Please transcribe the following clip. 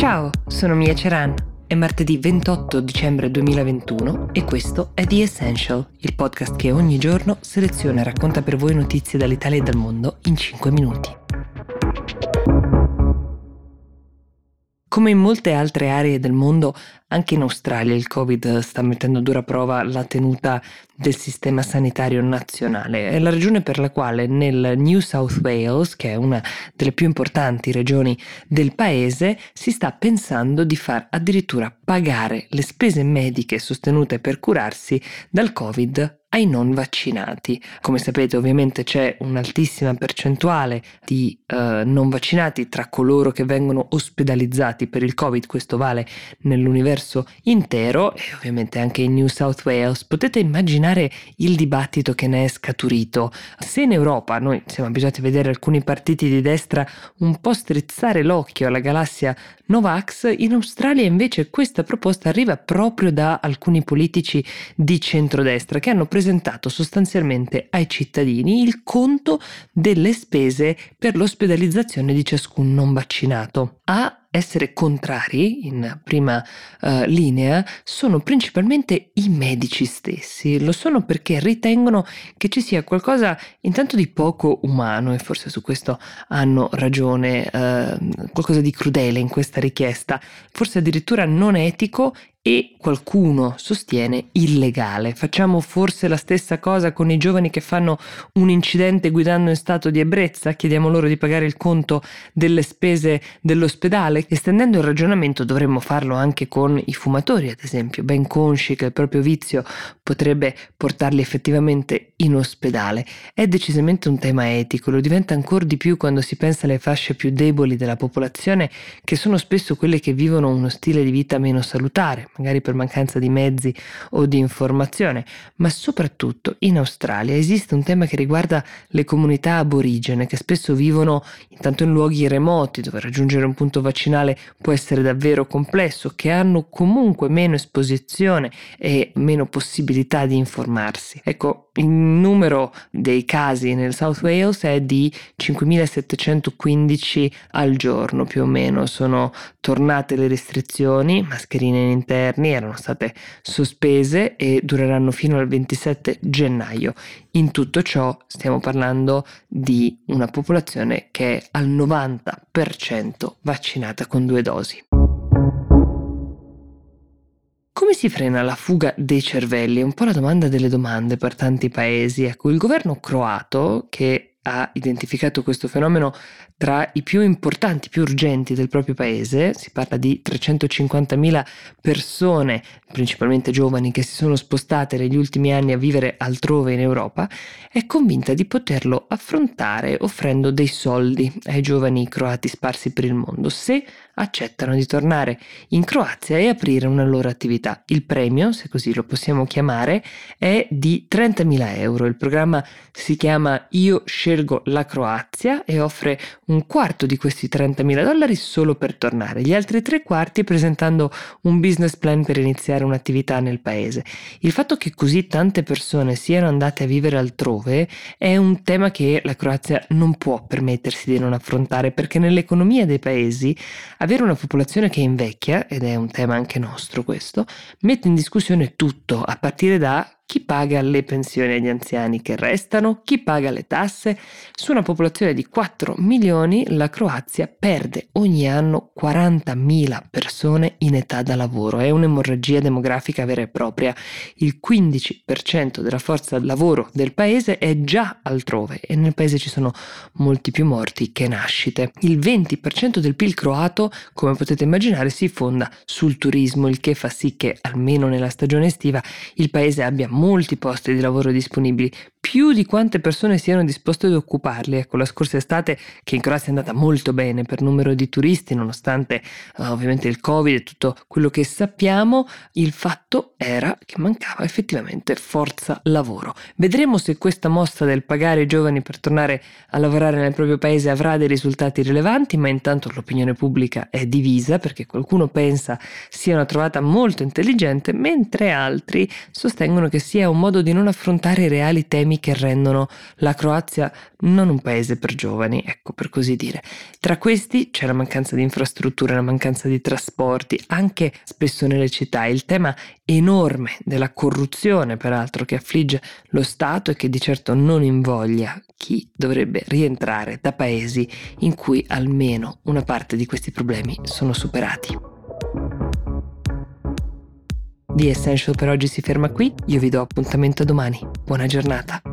Ciao, sono Mia Ceran. È martedì 28 dicembre 2021 e questo è The Essential, il podcast che ogni giorno seleziona e racconta per voi notizie dall'Italia e dal mondo in 5 minuti. Come in molte altre aree del mondo, anche in Australia il Covid sta mettendo a dura prova la tenuta del sistema sanitario nazionale. È la ragione per la quale nel New South Wales, che è una delle più importanti regioni del paese, si sta pensando di far addirittura pagare le spese mediche sostenute per curarsi dal Covid ai non vaccinati. Come sapete, ovviamente c'è un'altissima percentuale di non vaccinati tra coloro che vengono ospedalizzati per il Covid, questo vale nell'universo intero e ovviamente anche in New South Wales. Potete immaginare il dibattito che ne è scaturito. Se in Europa noi siamo abituati a vedere alcuni partiti di destra un po' strizzare l'occhio alla galassia Novax, in Australia invece questa proposta arriva proprio da alcuni politici di centrodestra che hanno presentato sostanzialmente ai cittadini il conto delle spese per l'ospedalizzazione di ciascun non vaccinato. A essere contrari in prima linea sono principalmente i medici stessi. Lo sono perché ritengono che ci sia qualcosa intanto di poco umano, e forse su questo hanno ragione, qualcosa di crudele in questa richiesta, forse addirittura non etico e qualcuno sostiene illegale. Facciamo forse la stessa cosa con i giovani che fanno un incidente guidando in stato di ebbrezza? Chiediamo loro di pagare il conto delle spese dell'ospedale? Estendendo il ragionamento dovremmo farlo anche con i fumatori, ad esempio, ben consci che il proprio vizio potrebbe portarli effettivamente in ospedale. È decisamente un tema etico, lo diventa ancora di più quando si pensa alle fasce più deboli della popolazione, che sono spesso quelle che vivono uno stile di vita meno salutare, magari per mancanza di mezzi o di informazione. Ma soprattutto in Australia esiste un tema che riguarda le comunità aborigene, che spesso vivono intanto in luoghi remoti dove raggiungere un punto vaccinale può essere davvero complesso, che hanno comunque meno esposizione e meno possibilità di informarsi. Ecco, il numero dei casi nel South Wales è di 5.715 al giorno più o meno. Sono tornate le restrizioni, mascherine in interni erano state sospese e dureranno fino al 27 gennaio. In tutto ciò stiamo parlando di una popolazione che è al 90% vaccinata con 2 dosi. Come si frena la fuga dei cervelli? È un po' la domanda delle domande per tanti paesi. Ecco, il governo croato, che ha identificato questo fenomeno tra i più importanti, più urgenti del proprio paese, si parla di 350.000 persone, principalmente giovani, che si sono spostate negli ultimi anni a vivere altrove in Europa, è convinta di poterlo affrontare offrendo dei soldi ai giovani croati sparsi per il mondo, se accettano di tornare in Croazia e aprire una loro attività. Il premio, se così lo possiamo chiamare, è di 30.000 euro. Il programma si chiama Io scelgo la Croazia e offre un quarto di questi 30.000 dollari solo per tornare, gli altri 3/4 presentando un business plan per iniziare un'attività nel paese. Il fatto che così tante persone siano andate a vivere altrove è un tema che la Croazia non può permettersi di non affrontare, perché nell'economia dei paesi avere una popolazione che invecchia, ed è un tema anche nostro questo, mette in discussione tutto, a partire da chi paga le pensioni agli anziani che restano, chi paga le tasse. Su una popolazione di 4 milioni la Croazia perde ogni anno 40.000 persone in età da lavoro. È un'emorragia demografica vera e propria. Il 15% della forza lavoro del paese è già altrove e nel paese ci sono molti più morti che nascite. Il 20% del PIL croato, come potete immaginare, si fonda sul turismo, il che fa sì che almeno nella stagione estiva il paese abbia molti posti di lavoro disponibili, più di quante persone siano disposte ad occuparli. Ecco, la scorsa estate, che in Croazia è andata molto bene per numero di turisti, nonostante ovviamente il Covid e tutto quello che sappiamo, il fatto era che mancava effettivamente forza lavoro. Vedremo se questa mossa del pagare i giovani per tornare a lavorare nel proprio paese avrà dei risultati rilevanti, ma intanto l'opinione pubblica è divisa, perché qualcuno pensa sia una trovata molto intelligente, mentre altri sostengono che sia un modo di non affrontare i reali temi problemi che rendono la Croazia non un paese per giovani, ecco, per così dire. Tra questi c'è la mancanza di infrastrutture, la mancanza di trasporti, anche spesso nelle città, il tema enorme della corruzione, peraltro, che affligge lo Stato e che di certo non invoglia chi dovrebbe rientrare da paesi in cui almeno una parte di questi problemi sono superati. The Essential per oggi si ferma qui, io vi do appuntamento domani. Buona giornata.